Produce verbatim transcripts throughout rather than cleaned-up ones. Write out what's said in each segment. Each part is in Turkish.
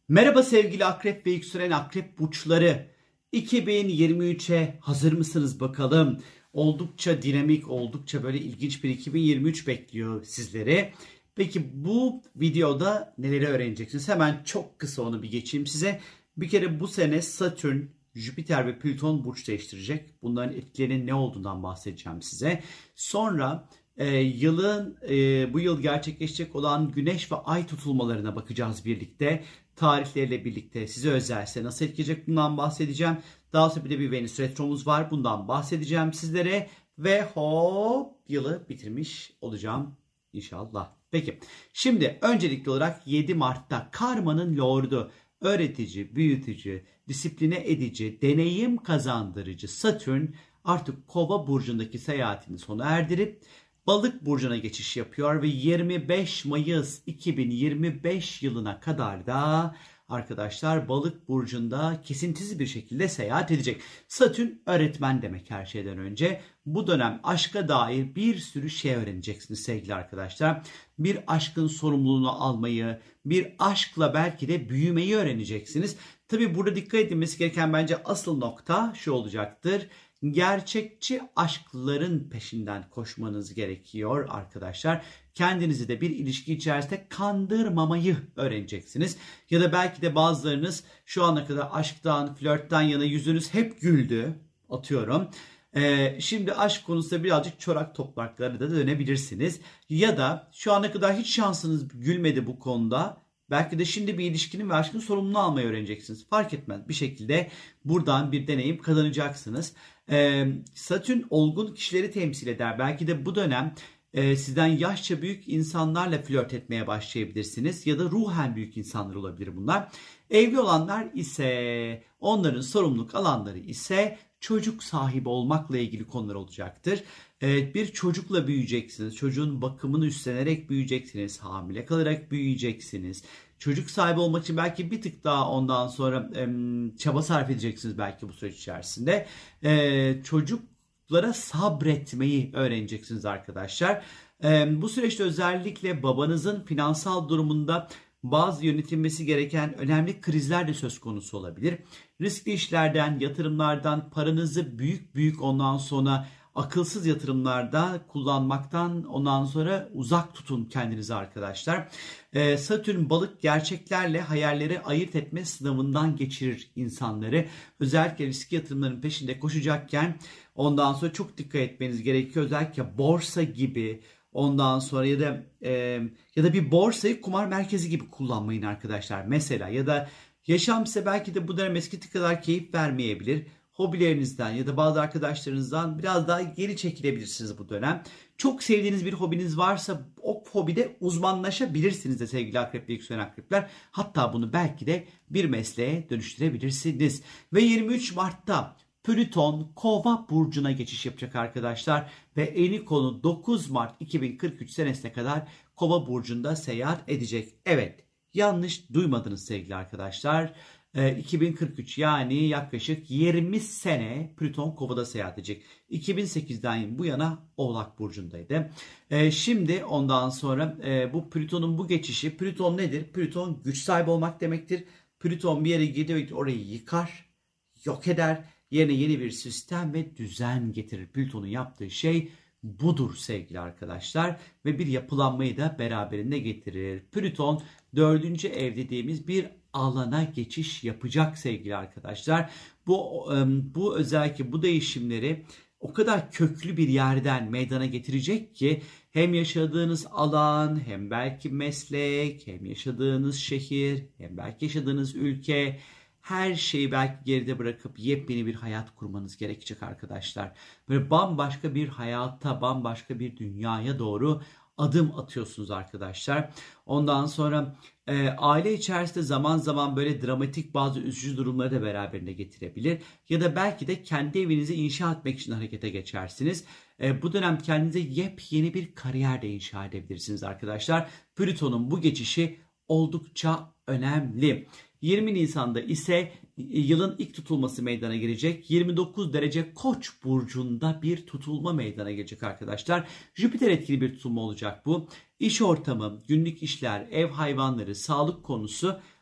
Merhaba sevgili Akrep ve yükselen Akrep burçları. iki bin yirmi üçe hazır mısınız bakalım? Oldukça dinamik, oldukça böyle ilginç bir iki bin yirmi üç bekliyor sizleri. Peki bu videoda neleri öğreneceksiniz? Hemen çok kısa onu bir geçeyim size. Bir kere bu sene Satürn, Jüpiter ve Plüton burç değiştirecek. Bunların etkilerinin ne olduğundan bahsedeceğim size. Sonra e, yılın e, bu yıl gerçekleşecek olan Güneş ve Ay tutulmalarına bakacağız birlikte. Tarihleriyle birlikte size özelse nasıl etkileyecek bundan bahsedeceğim. Daha sonra bir de bir Venüs retromuz var. Bundan bahsedeceğim sizlere. Ve hop yılı bitirmiş olacağım inşallah. Peki şimdi öncelikli olarak yedi Mart'ta Karma'nın Lord'u, öğretici, büyütücü, disipline edici, deneyim kazandırıcı Satürn artık Kova burcundaki seyahatini sona erdirip Balık burcuna geçiş yapıyor ve yirmi beş Mayıs iki bin yirmi beş yılına kadar da arkadaşlar Balık burcunda kesintisiz bir şekilde seyahat edecek. Satürn öğretmen demek her şeyden önce. Bu dönem aşka dair bir sürü şey öğreneceksiniz sevgili arkadaşlar. Bir aşkın sorumluluğunu almayı, bir aşkla belki de büyümeyi öğreneceksiniz. Tabi burada dikkat edilmesi gereken bence asıl nokta şu olacaktır. Gerçekçi aşkların peşinden koşmanız gerekiyor arkadaşlar. Kendinizi de bir ilişki içerisinde kandırmamayı öğreneceksiniz. Ya da belki de bazılarınız şu ana kadar aşktan, flörtten yana yüzünüz hep güldü. Atıyorum. Ee, şimdi aşk konusunda birazcık çorak topraklara da dönebilirsiniz. Ya da şu ana kadar hiç şansınız gülmedi bu konuda. Belki de şimdi bir ilişkinin ve aşkın sorumluluğunu almayı öğreneceksiniz. Fark etmez. Bir şekilde buradan bir deneyim kazanacaksınız. Ee, Satürn olgun kişileri temsil eder. Belki de bu dönem e, sizden yaşça büyük insanlarla flört etmeye başlayabilirsiniz. Ya da ruhen büyük insanlar olabilir bunlar. Evli olanlar ise onların sorumluluk alanları ise çocuk sahibi olmakla ilgili konular olacaktır. Evet, bir çocukla büyüyeceksiniz. Çocuğun bakımını üstlenerek büyüyeceksiniz. Hamile kalarak büyüyeceksiniz. Çocuk sahibi olmak için belki bir tık daha ondan sonra e, çaba sarf edeceksiniz belki bu süreç içerisinde. E, çocuklara sabretmeyi öğreneceksiniz arkadaşlar. E, bu süreçte özellikle babanızın finansal durumunda bazı yönetilmesi gereken önemli krizler de söz konusu olabilir. Riskli işlerden, yatırımlardan, paranızı büyük büyük ondan sonra akılsız yatırımlarda kullanmaktan ondan sonra uzak tutun kendinizi arkadaşlar. Ee, Satürn balık gerçeklerle hayalleri ayırt etme sınavından geçirir insanları. Özellikle riskli yatırımların peşinde koşacakken ondan sonra çok dikkat etmeniz gerekiyor. Özellikle borsa gibi ondan sonra ya da e, ya da bir borsayı kumar merkezi gibi kullanmayın arkadaşlar. Mesela ya da yaşam size belki de bu dönem eskisi kadar keyif vermeyebilir. Hobilerinizden ya da bazı arkadaşlarınızdan biraz daha geri çekilebilirsiniz bu dönem. Çok sevdiğiniz bir hobiniz varsa o hobide uzmanlaşabilirsiniz de sevgili akrep ve yükselen akrepler. Hatta bunu belki de bir mesleğe dönüştürebilirsiniz. Ve yirmi üç Mart'ta Plüton Kova burcuna geçiş yapacak arkadaşlar ve eni konu dokuz Mart iki bin kırk üç senesine kadar Kova burcunda seyahat edecek. Evet, yanlış duymadınız sevgili arkadaşlar. iki bin kırk üç yani yaklaşık yirmi sene Plüton Kova'da seyahat edecek. iki bin sekizden bu yana Oğlak burcundaydı. Şimdi ondan sonra bu Plüton'un bu geçişi, Plüton nedir? Plüton güç sahibi olmak demektir. Plüton bir yere gidiyor, orayı yıkar, yok eder. Yerine yeni bir sistem ve düzen getirir. Plüton'un yaptığı şey budur sevgili arkadaşlar. Ve bir yapılanmayı da beraberinde getirir. Plüton dördüncü ev dediğimiz bir alana geçiş yapacak sevgili arkadaşlar. Bu, bu özellikle bu değişimleri o kadar köklü bir yerden meydana getirecek ki hem yaşadığınız alan, hem belki meslek, hem yaşadığınız şehir, hem belki yaşadığınız ülke, her şeyi belki geride bırakıp yepyeni bir hayat kurmanız gerekecek arkadaşlar. Böyle bambaşka bir hayata, bambaşka bir dünyaya doğru adım atıyorsunuz arkadaşlar. Ondan sonra e, aile içerisinde zaman zaman böyle dramatik bazı üzücü durumları da beraberinde getirebilir. Ya da belki de kendi evinizi inşa etmek için harekete geçersiniz. E, bu dönem kendinize yepyeni bir kariyer de inşa edebilirsiniz arkadaşlar. Plüton'un bu geçişi oldukça önemli. yirmi Nisan'da ise yılın ilk tutulması meydana gelecek. yirmi dokuz derece Koç burcunda bir tutulma meydana gelecek arkadaşlar. Jüpiter etkili bir tutulma olacak bu. İş ortamı, günlük işler, ev hayvanları, sağlık konusu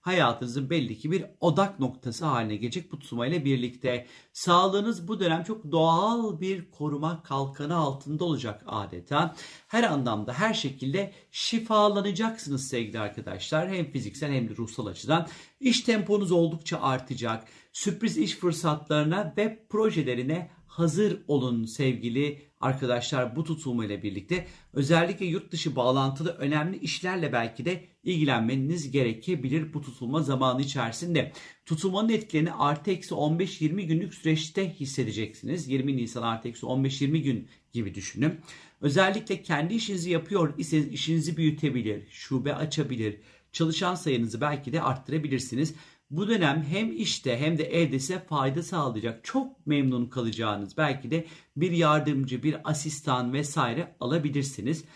hayatınızın belli ki bir odak noktası haline gelecek bu tutulmayla birlikte. Sağlığınız bu dönem çok doğal bir koruma kalkanı altında olacak adeta. Her anlamda, her şekilde şifalanacaksınız sevgili arkadaşlar. Hem fiziksel hem de ruhsal açıdan. İş temponuz oldukça artacak. Sürpriz iş fırsatlarına ve projelerine hazır olun sevgili arkadaşlar bu tutulmayla birlikte. Özellikle yurt dışı bağlantılı önemli işlerle belki de ilgilenmeniz gerekebilir bu tutulma zamanı içerisinde. Tutulmanın etkilerini artı eksi on beş yirmi günlük süreçte hissedeceksiniz. yirmi Nisan artı eksi on beş yirmi gün gibi düşünün. Özellikle kendi işinizi yapıyor iseniz işinizi büyütebilir, şube açabilir, çalışan sayınızı belki de arttırabilirsiniz. Bu dönem hem işte hem de evde size fayda sağlayacak, çok memnun kalacağınız belki de bir yardımcı, bir asistan vesaire alabilirsiniz.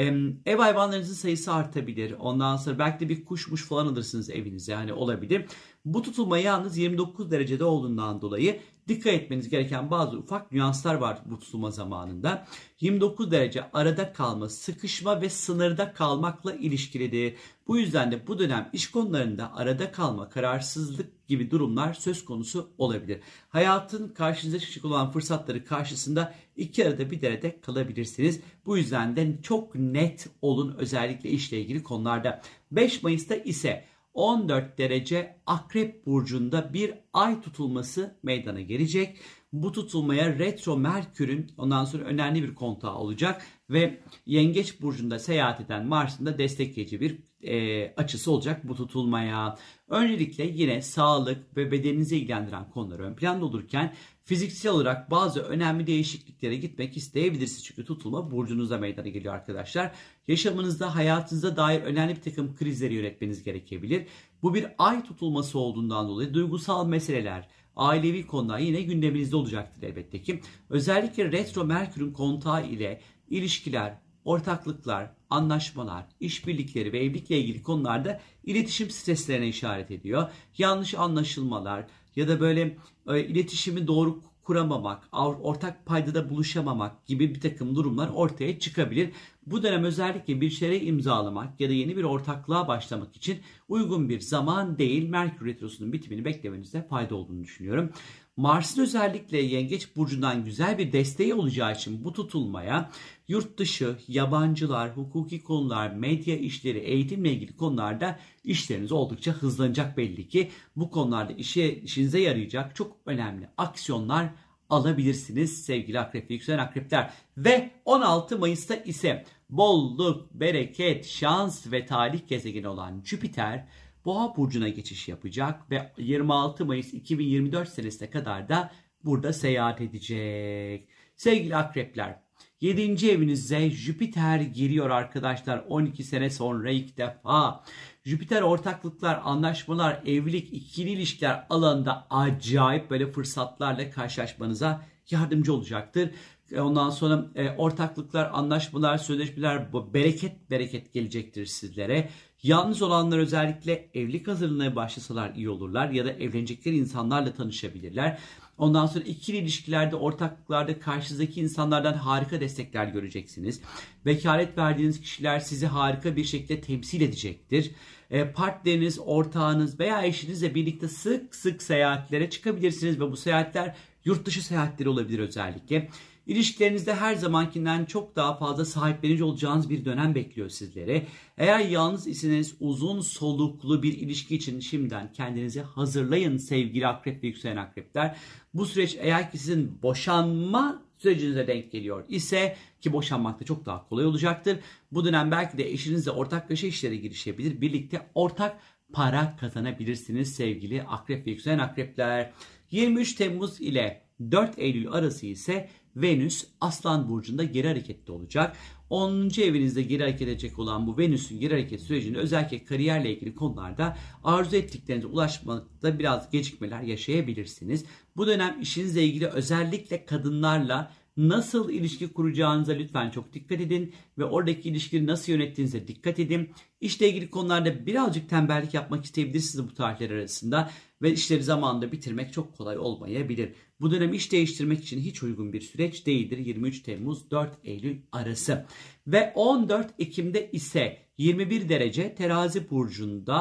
Ev hayvanlarınızın sayısı artabilir. Ondan sonra belki de bir kuşmuş falan alırsınız evinize, yani olabilir. Bu tutulma yalnız yirmi dokuz derecede olduğundan dolayı dikkat etmeniz gereken bazı ufak nüanslar var bu tutulma zamanında. yirmi dokuz derece arada kalma, sıkışma ve sınırda kalmakla ilişkilidir. Bu yüzden de bu dönem iş konularında arada kalma, kararsızlık gibi durumlar söz konusu olabilir. Hayatın karşınıza çıkacak olan fırsatları karşısında iki arada bir derede kalabilirsiniz. Bu yüzden de çok net olun özellikle işle ilgili konularda. beş Mayıs'ta ise on dört derece Akrep Burcu'nda bir ay tutulması meydana gelecek. Bu tutulmaya retro Merkür'ün ondan sonra önemli bir kontağı olacak ve Yengeç Burcu'nda seyahat eden Mars'ın da destekleyici bir e, açısı olacak bu tutulmaya. Öncelikle yine sağlık ve bedeninizi ilgilendiren konular ön planda olurken fiziksel olarak bazı önemli değişikliklere gitmek isteyebilirsiniz. Çünkü tutulma burcunuzda meydana geliyor arkadaşlar. Yaşamınızda, hayatınıza dair önemli bir takım krizleri yönetmeniz gerekebilir. Bu bir ay tutulması olduğundan dolayı duygusal meseleler, ailevi konular yine gündeminizde olacaktır elbette ki. Özellikle retro Merkür'ün kontağı ile ilişkiler, ortaklıklar, anlaşmalar, işbirlikleri ve evlilikle ilgili konularda iletişim streslerine işaret ediyor. Yanlış anlaşılmalar ya da böyle e, iletişimi doğru kuramamak, ortak paydada buluşamamak gibi bir takım durumlar ortaya çıkabilir. Bu dönem özellikle bir şeye imzalamak ya da yeni bir ortaklığa başlamak için uygun bir zaman değil. Merkür Retrosu'nun bitimini beklemenizde fayda olduğunu düşünüyorum. Mars'ın özellikle Yengeç Burcu'ndan güzel bir desteği olacağı için bu tutulmaya yurt dışı, yabancılar, hukuki konular, medya işleri, eğitimle ilgili konularda işleriniz oldukça hızlanacak belli ki. Bu konularda işe, işinize yarayacak çok önemli aksiyonlar alabilirsiniz sevgili akrep ve yükselen akrepler. Ve on altı Mayıs'ta ise bolluk, bereket, şans ve talih gezegeni olan Jüpiter Boğa burcuna geçiş yapacak ve yirmi altı Mayıs iki bin yirmi dört senesine kadar da burada seyahat edecek. Sevgili akrepler, yedinci evinize Jüpiter giriyor arkadaşlar on iki sene sonra ilk defa. Jüpiter ortaklıklar, anlaşmalar, evlilik, ikili ilişkiler alanında acayip böyle fırsatlarla karşılaşmanıza yardımcı olacaktır. Ondan sonra e, ortaklıklar, anlaşmalar, sözleşmeler, bereket bereket gelecektir sizlere. Yalnız olanlar özellikle evlilik hazırlığına başlasalar iyi olurlar ya da evlenecekleri insanlarla tanışabilirler. Ondan sonra ikili ilişkilerde, ortaklıklarda karşınızdaki insanlardan harika destekler göreceksiniz. Vekalet verdiğiniz kişiler sizi harika bir şekilde temsil edecektir. E, partneriniz, ortağınız veya eşinizle birlikte sık sık seyahatlere çıkabilirsiniz ve bu seyahatler yurt dışı seyahatleri olabilir özellikle. İlişkilerinizde her zamankinden çok daha fazla sahiplenici olacağınız bir dönem bekliyor sizlere. Eğer yalnız iseniz uzun soluklu bir ilişki için şimdiden kendinizi hazırlayın sevgili akrep ve yükselen akrepler. Bu süreç eğer ki sizin boşanma sürecinize denk geliyor ise ki boşanmak da çok daha kolay olacaktır. Bu dönem belki de eşinizle ortaklaşa işlere girişebilir. Birlikte ortak para kazanabilirsiniz sevgili akrep ve yükselen akrepler. yirmi üç Temmuz ile dört Eylül arası ise Venüs Aslan Burcu'nda geri hareketli olacak. onuncu evinizde geri hareket edecek olan bu Venüs'ün geri hareket sürecinde özellikle kariyerle ilgili konularda arzu ettiklerinize ulaşmakta biraz gecikmeler yaşayabilirsiniz. Bu dönem işinizle ilgili özellikle kadınlarla nasıl ilişki kuracağınıza lütfen çok dikkat edin ve oradaki ilişkiyi nasıl yönettiğinize dikkat edin. İşle ilgili konularda birazcık tembellik yapmak isteyebilirsiniz bu tarihler arasında ve işleri zamanında bitirmek çok kolay olmayabilir. Bu dönem iş değiştirmek için hiç uygun bir süreç değildir. yirmi üç Temmuz dört Eylül arası. Ve on dört Ekim'de ise yirmi bir derece Terazi burcunda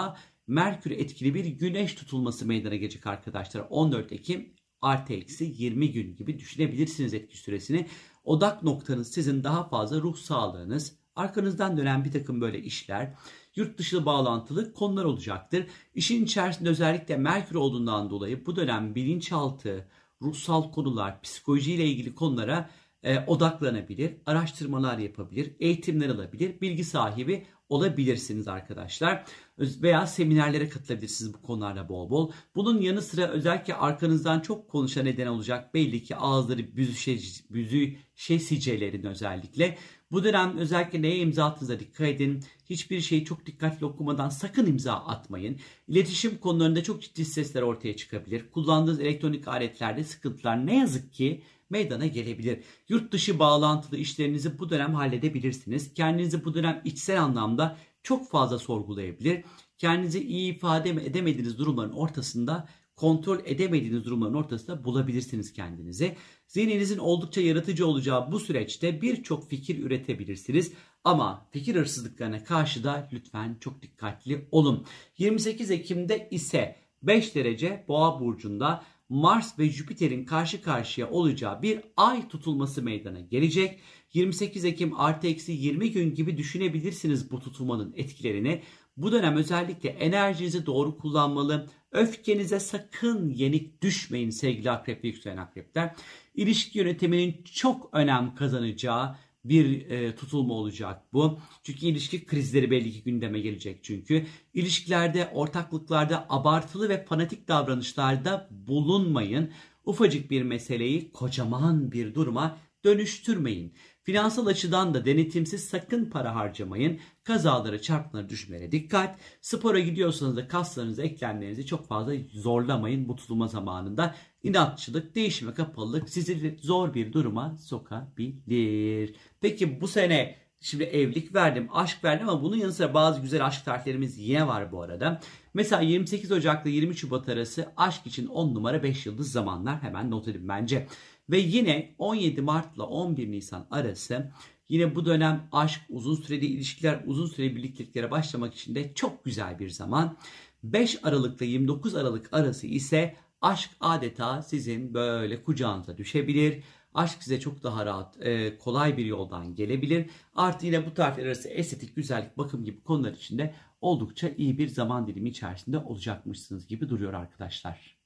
Merkür etkili bir güneş tutulması meydana gelecek arkadaşlar. on dört Ekim artı eksi yirmi gün gibi düşünebilirsiniz etki süresini. Odak noktanız sizin daha fazla ruh sağlığınız, arkanızdan dönen bir takım böyle işler, yurt dışı bağlantılı konular olacaktır. İşin içerisinde özellikle Merkür olduğundan dolayı bu dönem bilinçaltı, ruhsal konular, psikolojiyle ilgili konulara e, odaklanabilir, araştırmalar yapabilir, eğitimler alabilir, bilgi sahibi olabilirsiniz arkadaşlar. Veya seminerlere katılabilirsiniz bu konularla bol bol. Bunun yanı sıra özellikle arkanızdan çok konuşa neden olacak belli ki ağızları büzüşe, büzüşesicelerin özellikle. Bu dönem özellikle neye imza attığınıza dikkat edin. Hiçbir şeyi çok dikkatli okumadan sakın imza atmayın. İletişim konularında çok ciddi sesler ortaya çıkabilir. Kullandığınız elektronik aletlerde sıkıntılar ne yazık ki meydana gelebilir. Yurt dışı bağlantılı işlerinizi bu dönem halledebilirsiniz. Kendinizi bu dönem içsel anlamda çok fazla sorgulayabilir. Kendinizi iyi ifade edemediğiniz durumların ortasında, kontrol edemediğiniz durumların ortasında bulabilirsiniz kendinizi. Zihninizin oldukça yaratıcı olacağı bu süreçte birçok fikir üretebilirsiniz. Ama fikir hırsızlıklarına karşı da lütfen çok dikkatli olun. yirmi sekiz Ekim'de ise beş derece Boğa burcunda Mars ve Jüpiter'in karşı karşıya olacağı bir ay tutulması meydana gelecek. yirmi sekiz Ekim artı eksi yirmi gün gibi düşünebilirsiniz bu tutulmanın etkilerini. Bu dönem özellikle enerjinizi doğru kullanmalı. Öfkenize sakın yenik düşmeyin sevgili akrep ve yükselen akrepler. İlişki yönetiminin çok önem kazanacağı bir e, tutulma olacak bu. Çünkü ilişki krizleri belli ki gündeme gelecek çünkü. İlişkilerde, ortaklıklarda abartılı ve fanatik davranışlarda bulunmayın. Ufacık bir meseleyi kocaman bir duruma dönüştürmeyin. Finansal açıdan da denetimsiz sakın para harcamayın. Kazalara, çarpmalara, düşmelere dikkat. Spora gidiyorsanız da kaslarınızı, eklemlerinizi çok fazla zorlamayın bu tutulma zamanında. İnatçılık, değişime kapalılık sizi zor bir duruma sokabilir. Peki bu sene şimdi evlilik verdim, aşk verdim ama bunun yanı sıra bazı güzel aşk tarihlerimiz yine var bu arada. Mesela yirmi sekiz Ocak ile yirmi Şubat arası aşk için on numara beş yıldız zamanlar, hemen not edin bence. Ve yine on yedi Mart ile on bir Nisan arası yine bu dönem aşk, uzun süreli ilişkiler, uzun süreli birlikteliklere başlamak için de çok güzel bir zaman. beş Aralık ile yirmi dokuz Aralık arası ise aşk adeta sizin böyle kucağınıza düşebilir. Aşk size çok daha rahat, kolay bir yoldan gelebilir. Artı yine bu tarihler arası estetik, güzellik, bakım gibi konular için de oldukça iyi bir zaman dilimi içerisinde olacakmışsınız gibi duruyor arkadaşlar.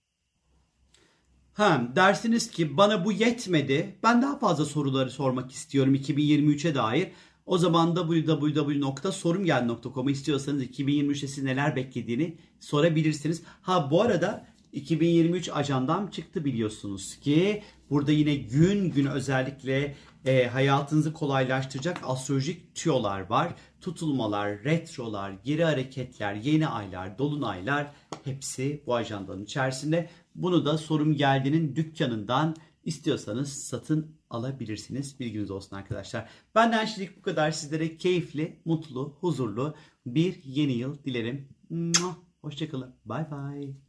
Ha, dersiniz ki bana bu yetmedi. Ben daha fazla soruları sormak istiyorum iki bin yirmi üçe dair. O zaman w w w nokta sorumgel nokta com'u istiyorsanız iki bin yirmi üçte sizi neler beklediğini sorabilirsiniz. Ha bu arada iki bin yirmi üç ajandam çıktı biliyorsunuz ki. Burada yine gün gün özellikle e, hayatınızı kolaylaştıracak astrolojik tüyolar var. Tutulmalar, retrolar, geri hareketler, yeni aylar, dolunaylar hepsi bu ajandanın içerisinde. Bunu da Sorum Geldi'nin dükkanından istiyorsanız satın alabilirsiniz. Bilginiz olsun arkadaşlar. Benden şimdilik bu kadar. Sizlere keyifli, mutlu, huzurlu bir yeni yıl dilerim. Hoşçakalın. Bye bye.